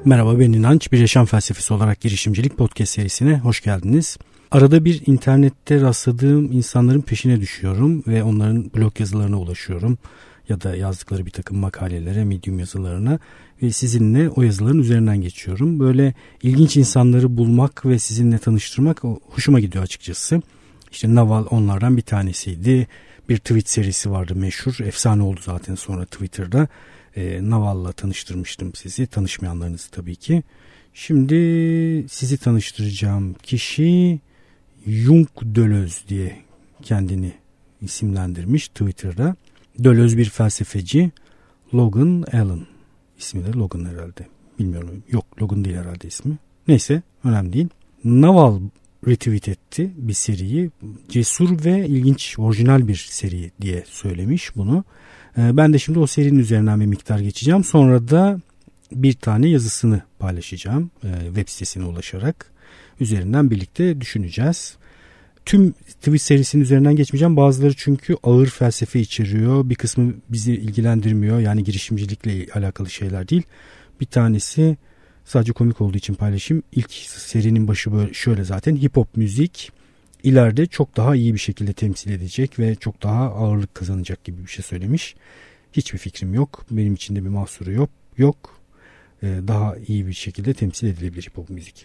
Merhaba, ben İnanç. Bir yaşam felsefesi olarak girişimcilik podcast serisine hoş geldiniz. Arada bir internette rastladığım insanların peşine düşüyorum ve onların blog yazılarına ulaşıyorum. Ya da yazdıkları bir takım makalelere, Medium yazılarına ve sizinle o yazıların üzerinden geçiyorum. Böyle ilginç insanları bulmak ve sizinle tanıştırmak hoşuma gidiyor açıkçası. İşte Naval onlardan bir tanesiydi. Bir tweet serisi vardı meşhur. Efsane oldu zaten sonra Twitter'da. Naval'la tanıştırmıştım sizi. Tanışmayanlarınızı tabii ki. Şimdi sizi tanıştıracağım kişi Jung Deleuze diye kendini isimlendirmiş Twitter'da. Deleuze bir felsefeci. Logan Allen. İsmi de Logan herhalde. Bilmiyorum. Yok, Logan değil herhalde ismi. Neyse, önemli değil. Naval retweet etti bir seriyi. Cesur ve ilginç, orijinal bir seri diye söylemiş bunu. Ben de şimdi o serinin üzerinden bir miktar geçeceğim. Sonra da bir tane yazısını paylaşacağım web sitesine ulaşarak. Üzerinden birlikte düşüneceğiz. Tüm tweet serisinin üzerinden geçmeyeceğim. Bazıları çünkü ağır felsefe içeriyor. Bir kısmı bizi ilgilendirmiyor. Yani girişimcilikle alakalı şeyler değil. Bir tanesi sadece komik olduğu için paylaşayım. İlk serinin başı böyle şöyle zaten. Hip hop müzik ileride çok daha iyi bir şekilde temsil edecek ve çok daha ağırlık kazanacak gibi bir şey söylemiş. Hiçbir fikrim yok. Benim için de bir mahsuru yok. Daha iyi bir şekilde temsil edilebilir hip hop müzik.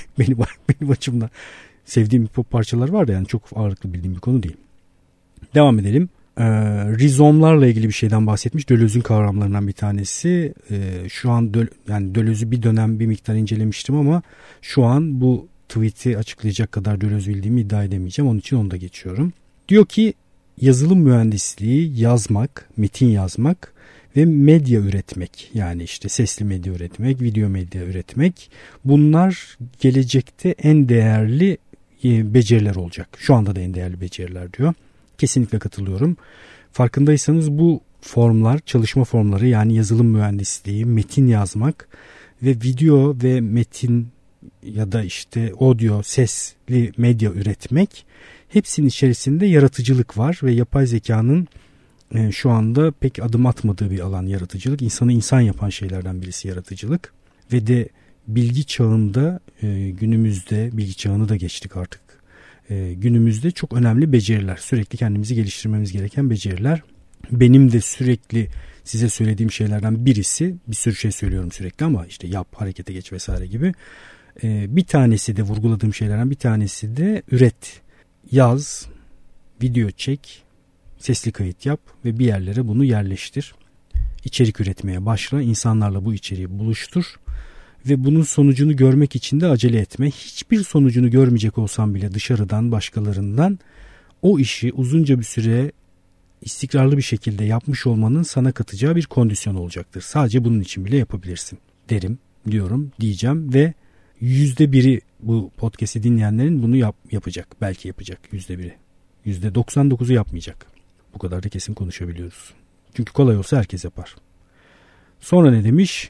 benim açımdan sevdiğim hip hop parçalar var da yani çok ağırlıklı bildiğim bir konu değil. Devam edelim. Rizomlarla ilgili bir şeyden bahsetmiş. Deleuze'ün kavramlarından bir tanesi. Şu an yani Deleuze'ü bir dönem bir miktar incelemiştim ama şu an bu tweet'i açıklayacak kadar Deleuze bildiğimi iddia edemeyeceğim. Onun için onu da geçiyorum. Diyor ki yazılım mühendisliği yazmak, metin yazmak ve medya üretmek, yani işte sesli medya üretmek, video medya üretmek, bunlar gelecekte en değerli beceriler olacak. Şu anda da en değerli beceriler diyor. Kesinlikle katılıyorum. Farkındaysanız bu formlar, çalışma formları, yani yazılım mühendisliği, metin yazmak ve video ve metin ya da işte audio, sesli medya üretmek, hepsinin içerisinde yaratıcılık var ve yapay zekanın şu anda pek adım atmadığı bir alan yaratıcılık. İnsanı insan yapan şeylerden birisi yaratıcılık ve de bilgi çağında, günümüzde bilgi çağını da geçtik artık. Günümüzde çok önemli beceriler, sürekli kendimizi geliştirmemiz gereken beceriler. Benim de sürekli size söylediğim şeylerden birisi, bir sürü şey söylüyorum sürekli ama işte yap, harekete geç vesaire gibi. Bir tanesi de, vurguladığım şeylerden bir tanesi de üret, yaz, video çek, sesli kayıt yap ve bir yerlere bunu yerleştir. İçerik üretmeye başla, insanlarla bu içeriği buluştur ve bunun sonucunu görmek için de acele etme. Hiçbir sonucunu görmeyecek olsan bile dışarıdan, başkalarından o işi uzunca bir süre istikrarlı bir şekilde yapmış olmanın sana katacağı bir kondisyon olacaktır. Sadece bunun için bile yapabilirsin diyeceğim ve %1'i bu podcast'i dinleyenlerin bunu yapacak. Belki yapacak %1'i. %99'u yapmayacak. Bu kadar da kesin konuşabiliyoruz. Çünkü kolay olsa herkes yapar. Sonra ne demiş?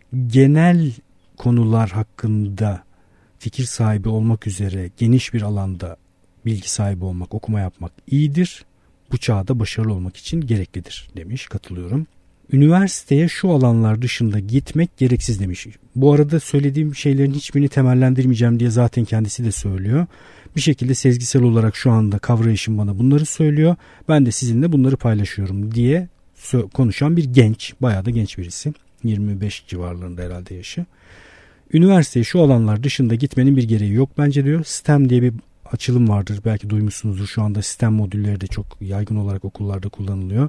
Genel konular hakkında fikir sahibi olmak üzere geniş bir alanda bilgi sahibi olmak, okuma yapmak iyidir. Bu çağda başarılı olmak için gereklidir demiş. Katılıyorum. Üniversiteye şu alanlar dışında gitmek gereksiz demiş. Bu arada söylediğim şeylerin hiçbirini temellendirmeyeceğim diye zaten kendisi de söylüyor. Bir şekilde sezgisel olarak şu anda kavrayışım bana bunları söylüyor. Ben de sizinle bunları paylaşıyorum diye konuşan bir genç, bayağı da genç birisi. 25 civarlarında herhalde yaşı. Üniversiteye şu alanlar dışında gitmenin bir gereği yok bence diyor. STEM diye bir açılım vardır. Belki duymuşsunuzdur. Şu anda STEM modülleri de çok yaygın olarak okullarda kullanılıyor.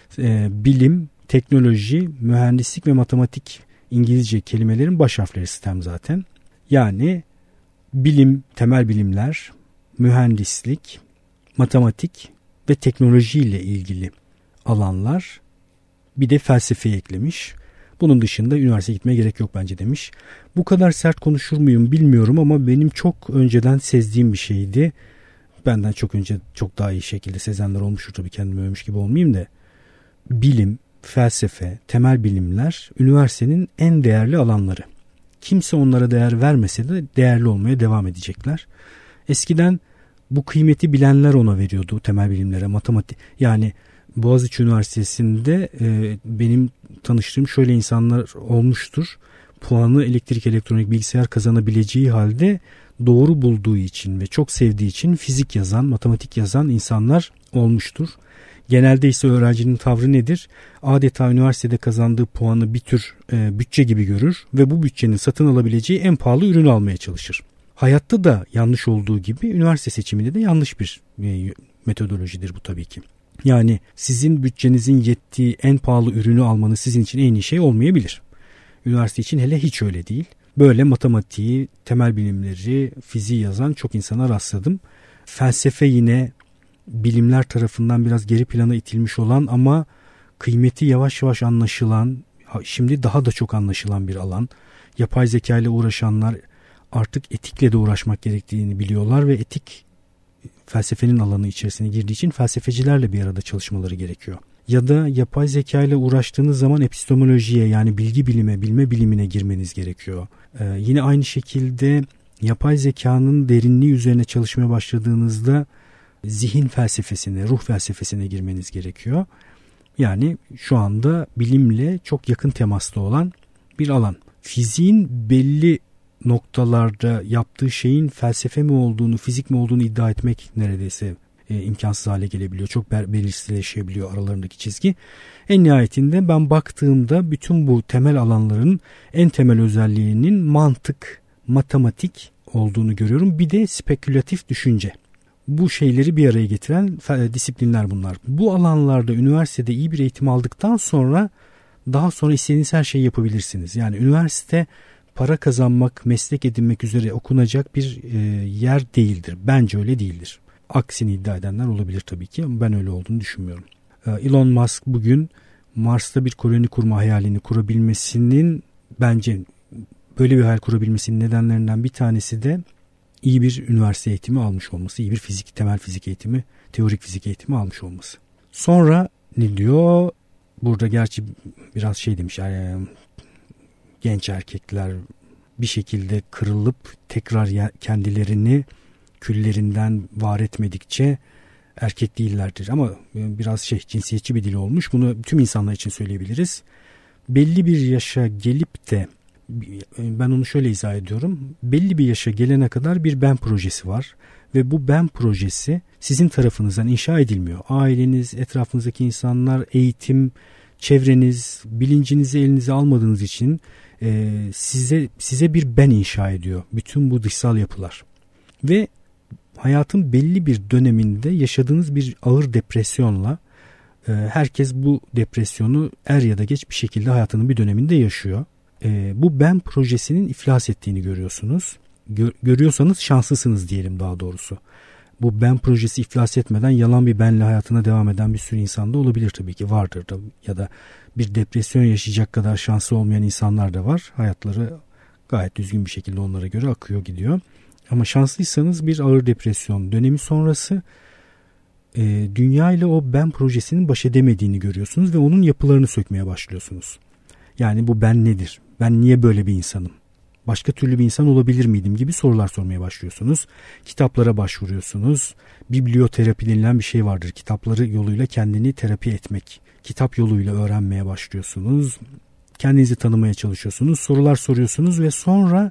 Bilim, teknoloji, mühendislik ve matematik, İngilizce kelimelerin baş harfleri STEM zaten. Yani bilim, temel bilimler, mühendislik, matematik ve teknoloji ile ilgili alanlar, bir de felsefeyi eklemiş. Bunun dışında üniversiteye gitmeye gerek yok bence demiş. Bu kadar sert konuşur muyum bilmiyorum ama benim çok önceden sezdiğim bir şeydi. Benden çok önce çok daha iyi şekilde sezenler olmuştur tabii, kendimi övmüş gibi olmayayım da. Bilim, felsefe, temel bilimler üniversitenin en değerli alanları. Kimse onlara değer vermese de değerli olmaya devam edecekler. Eskiden bu kıymeti bilenler ona veriyordu, temel bilimlere, matematik. Yani Boğaziçi Üniversitesi'nde benim tanıştığım şöyle insanlar olmuştur. puanı elektrik, elektronik, bilgisayar kazanabileceği halde doğru bulduğu için ve çok sevdiği için fizik yazan, matematik yazan insanlar olmuştur. Genelde ise öğrencinin tavrı nedir? Adeta üniversitede kazandığı puanı bir tür bütçe gibi görür ve bu bütçenin satın alabileceği en pahalı ürünü almaya çalışır. Hayatta da yanlış olduğu gibi üniversite seçiminde de yanlış bir metodolojidir bu tabii ki. Yani sizin bütçenizin yettiği en pahalı ürünü almanız sizin için en iyi şey olmayabilir. Üniversite için hele hiç öyle değil. Böyle matematiği, temel bilimleri, fiziği yazan çok insana rastladım. Felsefe yine bilimler tarafından biraz geri plana itilmiş olan ama kıymeti yavaş yavaş anlaşılan, şimdi daha da çok anlaşılan bir alan. Yapay zeka ile uğraşanlar artık etikle de uğraşmak gerektiğini biliyorlar ve etik felsefenin alanı içerisine girdiği için felsefecilerle bir arada çalışmaları gerekiyor. Ya da yapay zeka ile uğraştığınız zaman epistemolojiye, yani bilgi bilime, bilme bilimine girmeniz gerekiyor. Yine aynı şekilde yapay zekanın derinliği üzerine çalışmaya başladığınızda zihin felsefesine, ruh felsefesine girmeniz gerekiyor. Yani şu anda bilimle çok yakın temasta olan bir alan. Fiziğin belli noktalarda yaptığı şeyin felsefe mi olduğunu, fizik mi olduğunu iddia etmek neredeyse imkansız hale gelebiliyor. Çok belirsizleşebiliyor aralarındaki çizgi. En nihayetinde ben baktığımda bütün bu temel alanların en temel özelliğinin mantık, matematik olduğunu görüyorum. Bir de spekülatif düşünce. Bu şeyleri bir araya getiren disiplinler bunlar. Bu alanlarda üniversitede iyi bir eğitim aldıktan sonra daha sonra istediğiniz her şeyi yapabilirsiniz. Yani üniversite para kazanmak, meslek edinmek üzere okunacak bir yer değildir. Bence öyle değildir. Aksini iddia edenler olabilir tabii ki ama ben öyle olduğunu düşünmüyorum. Elon Musk bugün Mars'ta bir koloni kurma hayalini kurabilmesinin, bence böyle bir hayal kurabilmesinin nedenlerinden bir tanesi de iyi bir üniversite eğitimi almış olması, iyi bir temel fizik eğitimi, teorik fizik eğitimi almış olması. Sonra ne diyor? Burada gerçi biraz şey demiş, genç erkekler bir şekilde kırılıp tekrar kendilerini küllerinden var etmedikçe erkek değillerdir. Ama biraz cinsiyetçi bir dil olmuş. Bunu tüm insanlar için söyleyebiliriz. Belli bir yaşa gelip de, ben onu şöyle izah ediyorum. Belli bir yaşa gelene kadar bir ben projesi var. Ve bu ben projesi sizin tarafınızdan inşa edilmiyor. Aileniz, etrafınızdaki insanlar, eğitim, çevreniz, bilincinizi elinize almadığınız için size bir ben inşa ediyor. Bütün bu dışsal yapılar. Ve hayatın belli bir döneminde yaşadığınız bir ağır depresyonla, herkes bu depresyonu er ya da geç bir şekilde hayatının bir döneminde yaşıyor. Bu ben projesinin iflas ettiğini görüyorsunuz. Görüyorsanız şanslısınız diyelim daha doğrusu. Bu ben projesi iflas etmeden yalan bir benle hayatına devam eden bir sürü insan da olabilir tabii ki, vardır da, ya da bir depresyon yaşayacak kadar şanslı olmayan insanlar da var. Hayatları gayet düzgün bir şekilde onlara göre akıyor gidiyor. Ama şanslıysanız bir ağır depresyon dönemi sonrası dünya ile o ben projesinin baş edemediğini görüyorsunuz ve onun yapılarını sökmeye başlıyorsunuz. Yani bu ben nedir? Ben niye böyle bir insanım? Başka türlü bir insan olabilir miydim gibi sorular sormaya başlıyorsunuz. Kitaplara başvuruyorsunuz. Biblioterapi denilen bir şey vardır. Kitapları yoluyla kendini terapi etmek. Kitap yoluyla öğrenmeye başlıyorsunuz. Kendinizi tanımaya çalışıyorsunuz. Sorular soruyorsunuz ve sonra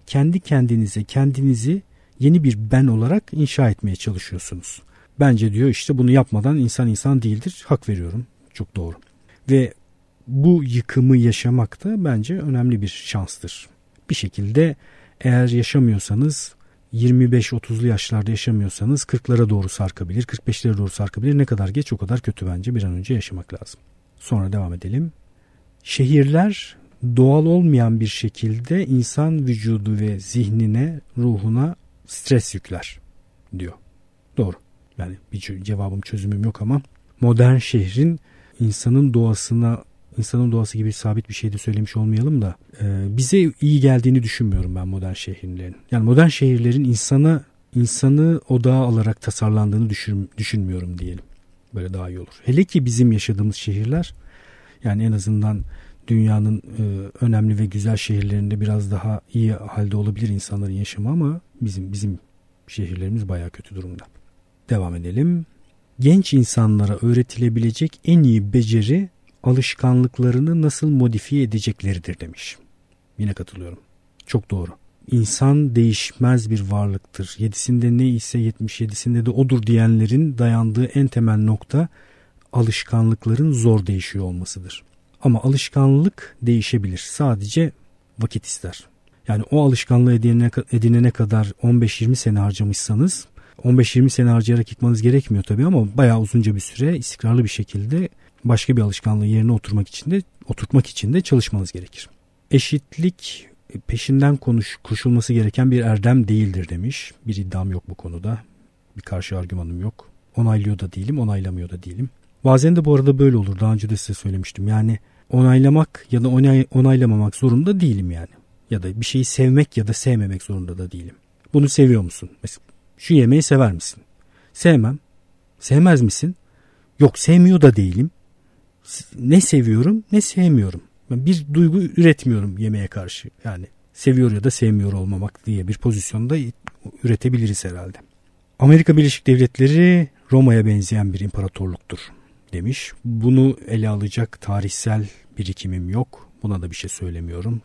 kendinizi yeni bir ben olarak inşa etmeye çalışıyorsunuz. Bence diyor işte bunu yapmadan insan değildir. Hak veriyorum. Çok doğru. Ve bu yıkımı yaşamak da bence önemli bir şanstır. Bir şekilde eğer yaşamıyorsanız, 25-30'lu yaşlarda yaşamıyorsanız 40'lara doğru sarkabilir, 45'lere doğru sarkabilir. Ne kadar geç o kadar kötü bence, bir an önce yaşamak lazım. Sonra devam edelim. Şehirler doğal olmayan bir şekilde insan vücudu ve zihnine, ruhuna stres yükler diyor. Doğru. Yani bir cevabım, çözümüm yok ama modern şehrin insanın doğası gibi sabit bir şey de söylemiş olmayalım da bize iyi geldiğini düşünmüyorum ben modern şehirlerin. Yani modern şehirlerin insanı odağa alarak tasarlandığını düşünmüyorum diyelim. Böyle daha iyi olur. Hele ki bizim yaşadığımız şehirler, yani en azından dünyanın önemli ve güzel şehirlerinde biraz daha iyi halde olabilir insanların yaşamı ama bizim şehirlerimiz bayağı kötü durumda. Devam edelim. Genç insanlara öğretilebilecek en iyi beceri alışkanlıklarını nasıl modifiye edecekleridir demiş. Yine katılıyorum. Çok doğru. İnsan değişmez bir varlıktır. 7'sinde ne ise 77'sinde de odur diyenlerin dayandığı en temel nokta alışkanlıkların zor değişiyor olmasıdır. Ama alışkanlık değişebilir. Sadece vakit ister. Yani o alışkanlığı edinene kadar 15-20 sene harcamışsanız 15-20 sene harcayarak yıkmanız gerekmiyor tabii ama bayağı uzunca bir süre istikrarlı bir şekilde başka bir alışkanlığı yerine oturtmak için de çalışmanız gerekir. Eşitlik peşinden koşulması gereken bir erdem değildir demiş. Bir iddiam yok bu konuda. Bir karşı argümanım yok. Onaylıyor da değilim, onaylamıyor da değilim. Bazen de bu arada böyle olur. Daha önce de size söylemiştim. Yani onaylamak ya da onaylamamak zorunda değilim yani. Ya da bir şeyi sevmek ya da sevmemek zorunda da değilim. Bunu seviyor musun? Mesela şu yemeği sever misin? Sevmem. Sevmez misin? Yok, sevmiyor da değilim. Ne seviyorum ne sevmiyorum. Ben bir duygu üretmiyorum yemeğe karşı. Yani seviyor ya da sevmiyor olmamak diye bir pozisyonda üretebiliriz herhalde. Amerika Birleşik Devletleri Roma'ya benzeyen bir imparatorluktur demiş. Bunu ele alacak tarihsel birikimim yok. Buna da bir şey söylemiyorum.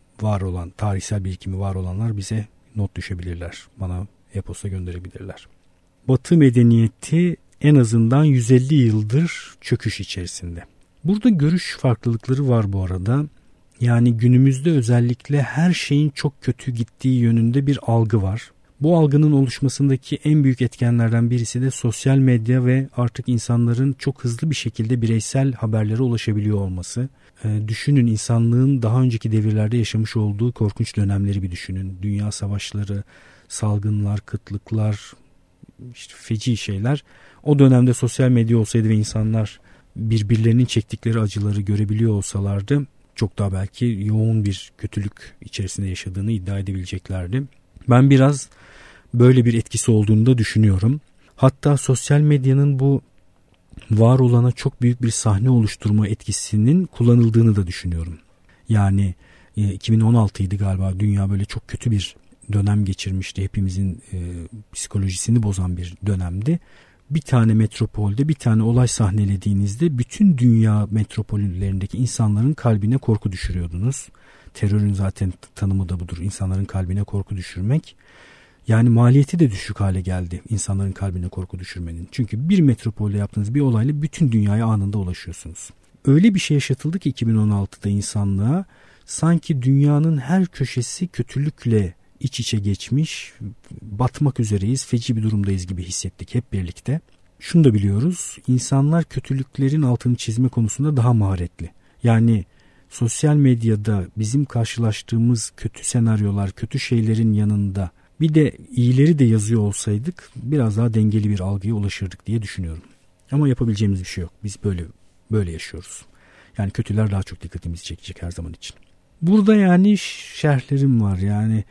Tarihsel birikimi var olanlar bize not düşebilirler. Bana e-posta gönderebilirler. Batı medeniyeti en azından 150 yıldır çöküş içerisinde. Burada görüş farklılıkları var bu arada. Yani günümüzde özellikle her şeyin çok kötü gittiği yönünde bir algı var. Bu algının oluşmasındaki en büyük etkenlerden birisi de sosyal medya ve artık insanların çok hızlı bir şekilde bireysel haberlere ulaşabiliyor olması. Düşünün, insanlığın daha önceki devirlerde yaşamış olduğu korkunç dönemleri bir düşünün. Dünya savaşları, salgınlar, kıtlıklar, işte feci şeyler. O dönemde sosyal medya olsaydı ve insanlar birbirlerinin çektikleri acıları görebiliyor olsalardı çok daha belki yoğun bir kötülük içerisinde yaşadığını iddia edebileceklerdi. Ben biraz böyle bir etkisi olduğunu da düşünüyorum. Hatta sosyal medyanın bu var olana çok büyük bir sahne oluşturma etkisinin kullanıldığını da düşünüyorum. Yani 2016'ydı galiba, dünya böyle çok kötü bir dönem geçirmişti. Hepimizin psikolojisini bozan bir dönemdi. Bir tane metropolde bir tane olay sahnelediğinizde bütün dünya metropollerindeki insanların kalbine korku düşürüyordunuz. Terörün zaten tanımı da budur. İnsanların kalbine korku düşürmek. Yani maliyeti de düşük hale geldi insanların kalbine korku düşürmenin. Çünkü bir metropolde yaptığınız bir olayla bütün dünyaya anında ulaşıyorsunuz. Öyle bir şey yaşatıldı ki 2016'da insanlığa, sanki dünyanın her köşesi kötülükle iç içe geçmiş, batmak üzereyiz, feci bir durumdayız gibi hissettik hep birlikte. Şunu da biliyoruz, insanlar kötülüklerin altını çizme konusunda daha maharetli. Yani sosyal medyada bizim karşılaştığımız kötü senaryolar, kötü şeylerin yanında bir de iyileri de yazıyor olsaydık biraz daha dengeli bir algıya ulaşırdık diye düşünüyorum. Ama yapabileceğimiz bir şey yok. Biz böyle yaşıyoruz. Yani kötüler daha çok dikkatimizi çekecek her zaman için. Burada yani şerhlerim var. Yani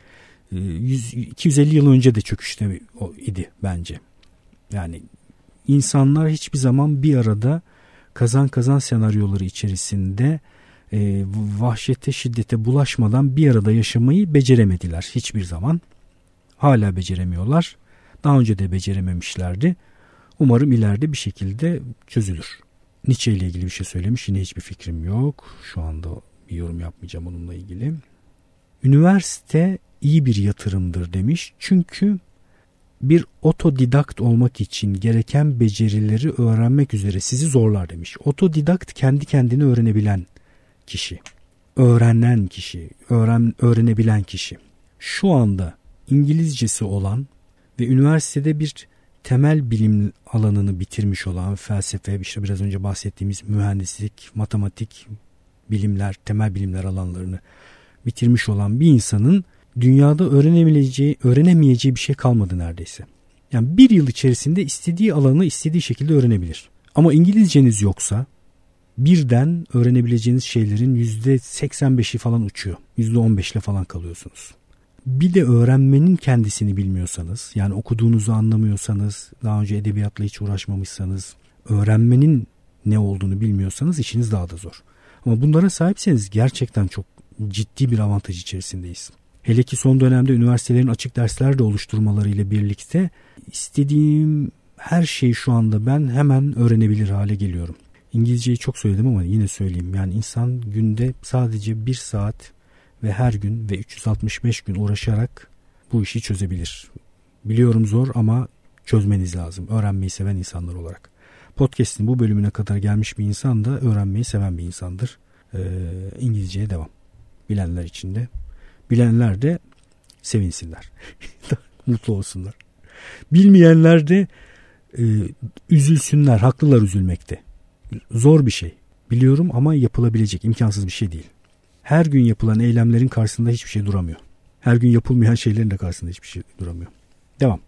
250 yıl önce de çöküşte idi bence. Yani insanlar hiçbir zaman bir arada kazan senaryoları içerisinde vahşete, şiddete bulaşmadan bir arada yaşamayı beceremediler hiçbir zaman. Hala beceremiyorlar. Daha önce de becerememişlerdi. Umarım ileride bir şekilde çözülür. Nietzsche ile ilgili bir şey söylemiş. Yine hiçbir fikrim yok. Şu anda bir yorum yapmayacağım onunla ilgili. Üniversite iyi bir yatırımdır demiş. Çünkü bir otodidakt olmak için gereken becerileri öğrenmek üzere sizi zorlar demiş. Otodidakt kendi kendine öğrenebilen kişi. Öğrenen kişi. Öğrenebilen kişi. Şu anda İngilizcesi olan ve üniversitede bir temel bilim alanını bitirmiş olan, felsefe, işte biraz önce bahsettiğimiz mühendislik, matematik, bilimler, temel bilimler alanlarını bitirmiş olan bir insanın dünyada öğrenemeyeceği bir şey kalmadı neredeyse. Yani bir yıl içerisinde istediği alanı istediği şekilde öğrenebilir. Ama İngilizceniz yoksa birden öğrenebileceğiniz şeylerin %85'i falan uçuyor. %15'le falan kalıyorsunuz. Bir de öğrenmenin kendisini bilmiyorsanız, yani okuduğunuzu anlamıyorsanız, daha önce edebiyatla hiç uğraşmamışsanız, öğrenmenin ne olduğunu bilmiyorsanız işiniz daha da zor. Ama bunlara sahipseniz gerçekten çok ciddi bir avantaj içerisindeyiz. Hele ki son dönemde üniversitelerin açık dersler de oluşturmalarıyla birlikte istediğim her şeyi şu anda ben hemen öğrenebilir hale geliyorum. İngilizceyi çok söyledim ama yine söyleyeyim. Yani insan günde sadece 1 saat ve her gün ve 365 gün uğraşarak bu işi çözebilir. Biliyorum zor ama çözmeniz lazım. Öğrenmeyi seven insanlar olarak. Podcast'in bu bölümüne kadar gelmiş bir insan da öğrenmeyi seven bir insandır. İngilizceye devam. Bilenler için de. Bilenler de sevinsinler. Mutlu olsunlar. Bilmeyenler de üzülsünler. Haklılar üzülmekte. Zor bir şey. Biliyorum ama yapılabilecek, imkansız bir şey değil. Her gün yapılan eylemlerin karşısında hiçbir şey duramıyor. Her gün yapılmayan şeylerin de karşısında hiçbir şey duramıyor. Devam.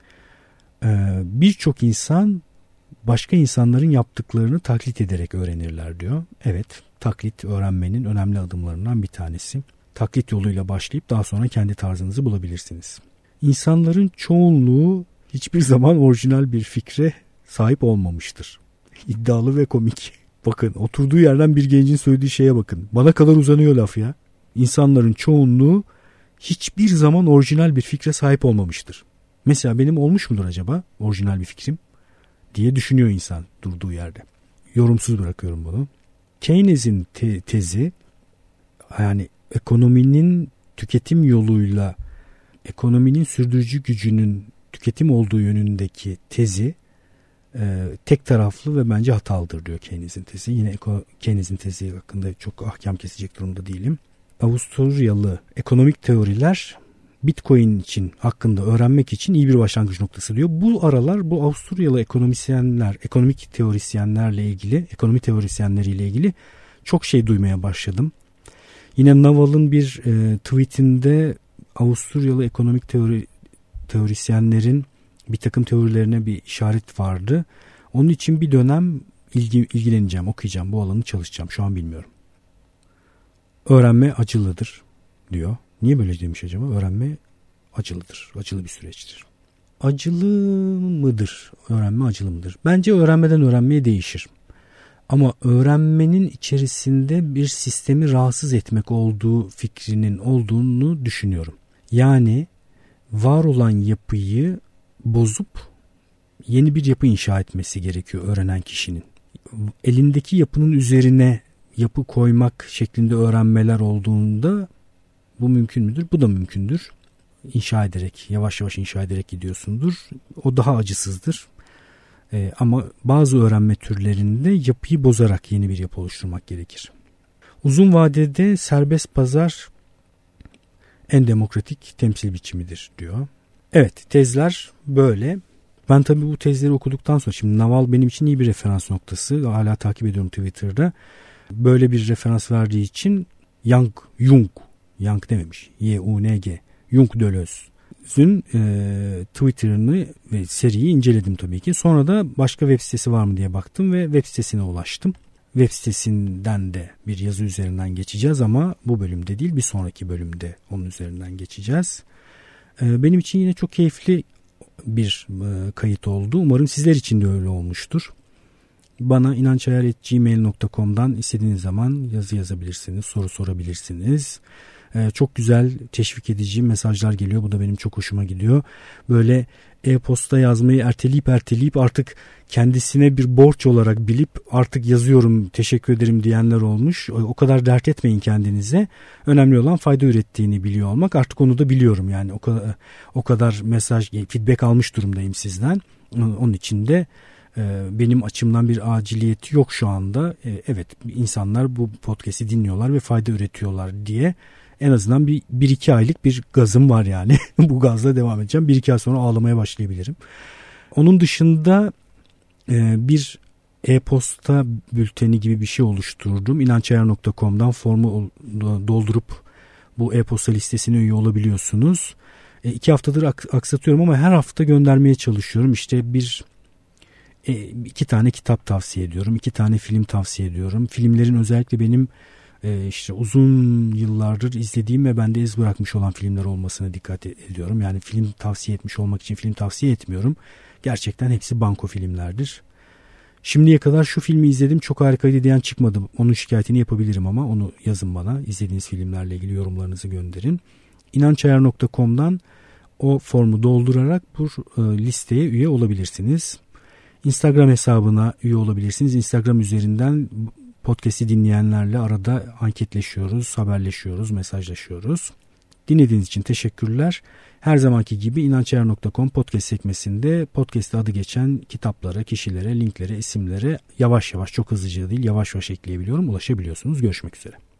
Birçok insan başka insanların yaptıklarını taklit ederek öğrenirler diyor. Evet, taklit öğrenmenin önemli adımlarından bir tanesi. Taklit yoluyla başlayıp daha sonra kendi tarzınızı bulabilirsiniz. İnsanların çoğunluğu hiçbir zaman orijinal bir fikre sahip olmamıştır. İddialı ve komik. Bakın, oturduğu yerden bir gencin söylediği şeye bakın. Bana kadar uzanıyor laf ya. İnsanların çoğunluğu hiçbir zaman orijinal bir fikre sahip olmamıştır. Mesela benim olmuş mudur acaba orijinal bir fikrim diye düşünüyor insan durduğu yerde. Yorumsuz bırakıyorum bunu. Keynes'in tezi, yani ekonominin tüketim yoluyla ekonominin sürdürücü gücünün tüketim olduğu yönündeki tezi tek taraflı ve bence hatalıdır diyor Keynes'in tezi. Yine Keynes'in tezi hakkında çok ahkam kesecek durumda değilim. Avusturyalı ekonomik teoriler Bitcoin için hakkında öğrenmek için iyi bir başlangıç noktası diyor. Bu aralar bu Avusturyalı ekonomisyenler, ekonomi teorisyenleriyle ilgili çok şey duymaya başladım. Yine Naval'ın bir tweetinde Avusturyalı ekonomik teorisyenlerin bir takım teorilerine bir işaret vardı. Onun için bir dönem ilgileneceğim, okuyacağım, bu alanı çalışacağım. Şu an bilmiyorum. Öğrenme acılıdır diyor. Niye böyle demiş acaba? Öğrenme acılıdır. Acılı bir süreçtir. Acılı mıdır? Öğrenme acılı mıdır? Bence öğrenmeden öğrenmeye değişir. Ama öğrenmenin içerisinde bir sistemi rahatsız etmek olduğu fikrinin olduğunu düşünüyorum. Yani var olan yapıyı bozup yeni bir yapı inşa etmesi gerekiyor öğrenen kişinin. Elindeki yapının üzerine yapı koymak şeklinde öğrenmeler olduğunda bu mümkün müdür? Bu da mümkündür. İnşa ederek, yavaş yavaş inşa ederek gidiyorsundur. O daha acısızdır. Ama bazı öğrenme türlerinde yapıyı bozarak yeni bir yapı oluşturmak gerekir. Uzun vadede serbest pazar en demokratik temsil biçimidir diyor. Evet, tezler böyle. Ben tabii bu tezleri okuduktan sonra, şimdi Naval benim için iyi bir referans noktası. Hala takip ediyorum Twitter'da. Böyle bir referans verdiği için Jung dememiş. Y-U-N-G. Jung Deleuze'ün Twitter'ını ve seriyi inceledim tabii ki. Sonra da başka web sitesi var mı diye baktım ve web sitesine ulaştım. Web sitesinden de bir yazı üzerinden geçeceğiz ama bu bölümde değil, bir sonraki bölümde onun üzerinden geçeceğiz. Benim için yine çok keyifli bir kayıt oldu. Umarım sizler için de öyle olmuştur. Bana inançayar@gmail.com'dan istediğiniz zaman yazı yazabilirsiniz, soru sorabilirsiniz. Çok güzel, teşvik edici mesajlar geliyor. Bu da benim çok hoşuma gidiyor. Böyle e-posta yazmayı erteleyip artık kendisine bir borç olarak bilip artık yazıyorum, teşekkür ederim diyenler olmuş. O kadar dert etmeyin kendinize. Önemli olan fayda ürettiğini biliyor olmak. Artık onu da biliyorum yani. O kadar mesaj, feedback almış durumdayım sizden. Onun için de benim açımdan bir aciliyeti yok şu anda. Evet, insanlar bu podcast'i dinliyorlar ve fayda üretiyorlar diye en azından bir iki aylık bir gazım var yani. Bu gazla devam edeceğim. 1-2 ay sonra ağlamaya başlayabilirim. Onun dışında bir e-posta bülteni gibi bir şey oluşturdum. inançayar.com'dan formu doldurup bu e-posta listesine üye olabiliyorsunuz. 2 haftadır aksatıyorum ama her hafta göndermeye çalışıyorum. İşte 2 tane kitap tavsiye ediyorum. 2 tane film tavsiye ediyorum. Filmlerin özellikle benim işte uzun yıllardır izlediğim ve bende iz bırakmış olan filmler olmasına dikkat ediyorum. Yani film tavsiye etmiş olmak için film tavsiye etmiyorum. Gerçekten hepsi banko filmlerdir. Şimdiye kadar şu filmi izledim, çok harikaydı diyen çıkmadı. Onun şikayetini yapabilirim ama onu yazın bana. İzlediğiniz filmlerle ilgili yorumlarınızı gönderin. inançayar.com'dan o formu doldurarak bu listeye üye olabilirsiniz. Instagram hesabına üye olabilirsiniz. Instagram üzerinden Podcast'i dinleyenlerle arada anketleşiyoruz, haberleşiyoruz, mesajlaşıyoruz. Dinlediğiniz için teşekkürler. Her zamanki gibi inançer.com podcast sekmesinde podcast'te adı geçen kitaplara, kişilere, linklere, isimlere yavaş yavaş, çok hızlıca değil, yavaş yavaş ekleyebiliyorum. Ulaşabiliyorsunuz. Görüşmek üzere.